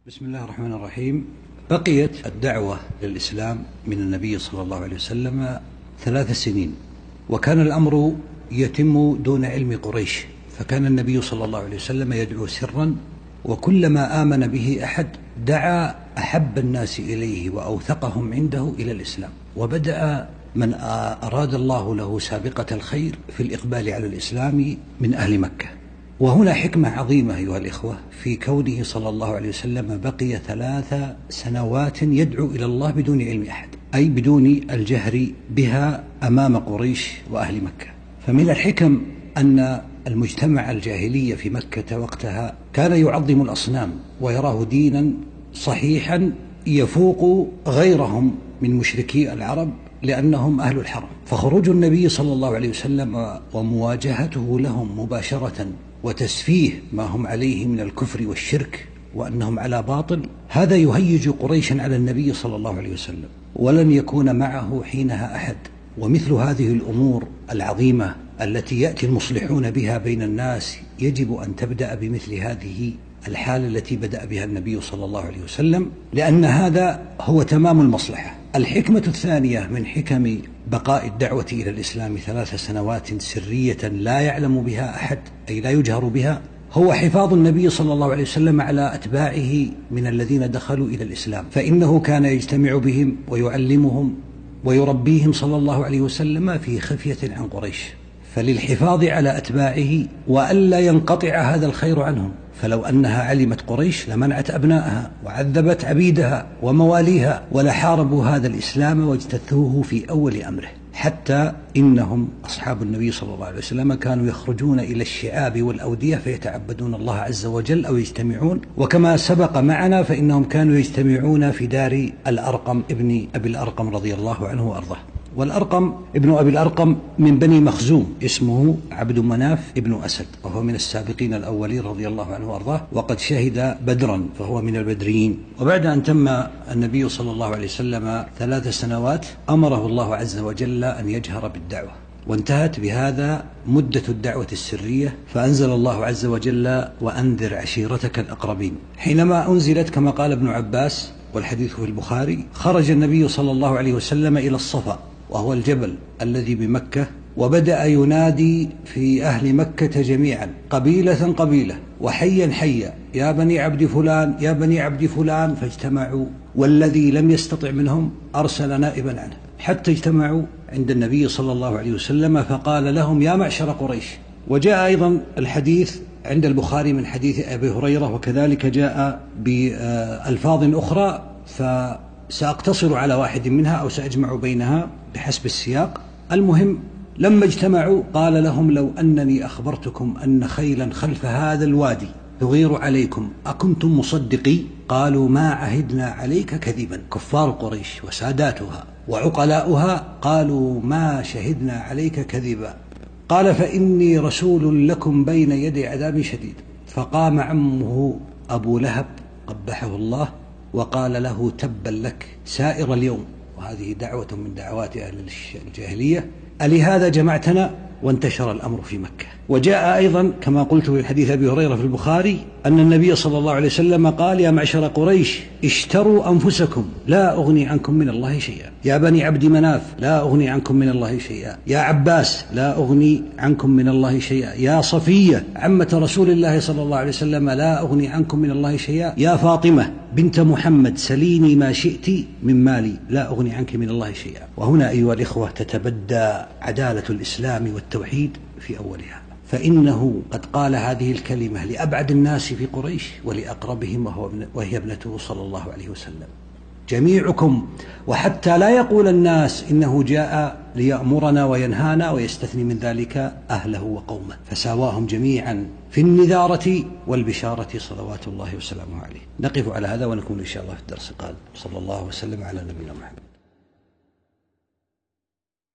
بسم الله الرحمن الرحيم. بقيت الدعوة للإسلام من النبي صلى الله عليه وسلم 3 سنين، وكان الأمر يتم دون علم قريش، فكان النبي صلى الله عليه وسلم يدعو سرا، وكلما آمن به أحد دعا أحب الناس إليه وأوثقهم عنده إلى الإسلام، وبدأ من أراد الله له سابقة الخير في الإقبال على الإسلام من أهل مكة. وهنا حكمة عظيمة أيها الإخوة في كونه صلى الله عليه وسلم بقي 3 سنوات يدعو إلى الله بدون علم أحد، أي بدون الجهر بها أمام قريش وأهل مكة. فمن الحكم أن المجتمع الجاهلي في مكة وقتها كان يعظم الأصنام ويراه دينا صحيحا يفوق غيرهم من مشركي العرب لأنهم أهل الحرم. فخروج النبي صلى الله عليه وسلم ومواجهته لهم مباشرة وتسفيه ما هم عليه من الكفر والشرك وأنهم على باطل، هذا يهيج قريشا على النبي صلى الله عليه وسلم، ولن يكون معه حينها أحد. ومثل هذه الأمور العظيمة التي يأتي المصلحون بها بين الناس يجب أن تبدأ بمثل هذه الحالة التي بدأ بها النبي صلى الله عليه وسلم، لأن هذا هو تمام المصلحة. الحكمة الثانية من حكم بقاء الدعوة إلى الإسلام 3 سنوات سرية لا يعلم بها أحد، أي لا يجهر بها، هو حفاظ النبي صلى الله عليه وسلم على أتباعه من الذين دخلوا إلى الإسلام، فإنه كان يجتمع بهم ويعلمهم ويربيهم صلى الله عليه وسلم في خفية عن قريش، فللحفاظ على أتباعه وألا ينقطع هذا الخير عنهم. فلو أنها علمت قريش لمنعت أبنائها وعذبت عبيدها ومواليها ولحاربوا هذا الإسلام واجتثوه في أول أمره، حتى إنهم أصحاب النبي صلى الله عليه وسلم كانوا يخرجون إلى الشعاب والأودية فيتعبدون الله عز وجل أو يجتمعون، وكما سبق معنا فإنهم كانوا يجتمعون في دار الأرقم ابن أبي الأرقم رضي الله عنه وأرضاه. والأرقم ابن أبي الأرقم من بني مخزوم، اسمه عبد مناف ابن أسد، وهو من السابقين الأولين رضي الله عنه وأرضاه، وقد شهد بدرا فهو من البدريين. وبعد أن تم النبي صلى الله عليه وسلم 3 سنوات أمره الله عز وجل أن يجهر بالدعوة، وانتهت بهذا مدة الدعوة السرية، فأنزل الله عز وجل وأنذر عشيرتك الأقربين. حينما أنزلت كما قال ابن عباس والحديث في البخاري، خرج النبي صلى الله عليه وسلم إلى الصفا وهو الجبل الذي بمكة، وبدأ ينادي في أهل مكة جميعا قبيلة قبيلة وحيا حيا، يا بني عبد فلان يا بني عبد فلان، فاجتمعوا، والذي لم يستطع منهم أرسل نائبا عنه، حتى اجتمعوا عند النبي صلى الله عليه وسلم فقال لهم يا معشر قريش. وجاء أيضا الحديث عند البخاري من حديث أبي هريرة، وكذلك جاء بألفاظ أخرى، فسأقتصر على واحد منها أو سأجمع بينها بحسب السياق. المهم لما اجتمعوا قال لهم لو أنني أخبرتكم أن خيلا خلف هذا الوادي تغير عليكم أكنتم مصدقي؟ قالوا ما عهدنا عليك كذبا. كفار قريش وساداتها وعقلاؤها قالوا ما شهدنا عليك كذبا. قال فإني رسول لكم بين يدي عذاب شديد. فقام عمه أبو لهب قبحه الله وقال له تبا لك سائر اليوم، وهذه دعوة من دعوات أهل الجاهلية، ألهذا جمعتنا؟ وانتشر الأمر في مكة. وجاء أيضا كما قلت في حديث أبي هريرة في البخاري أن النبي صلى الله عليه وسلم قال يا معشر قريش اشتروا أنفسكم لا أغني عنكم من الله شيئا، يا بني عبد مناف لا أغني عنكم من الله شيئا، يا عباس لا أغني عنكم من الله شيئا، يا صفية عمة رسول الله صلى الله عليه وسلم لا أغني عنكم من الله شيئا، يا فاطمة بنت محمد سليني ما شئت من مالي لا أغني عنك من الله شيئا. وهنا أيها الإخوة تتبدى عدالة الإسلام والتوحيد في أولها، فإنه قد قال هذه الكلمة لأبعد الناس في قريش ولأقربهم وهي ابنته صلى الله عليه وسلم، جميعكم، وحتى لا يقول الناس إنه جاء ليأمرنا وينهانا ويستثني من ذلك أهله وقومه، فساواهم جميعا في النذارة والبشارة صلوات الله وسلامه عليه. نقف على هذا ونكون إن شاء الله في الدرس القادم. صلى الله وسلم على نبينا محمد.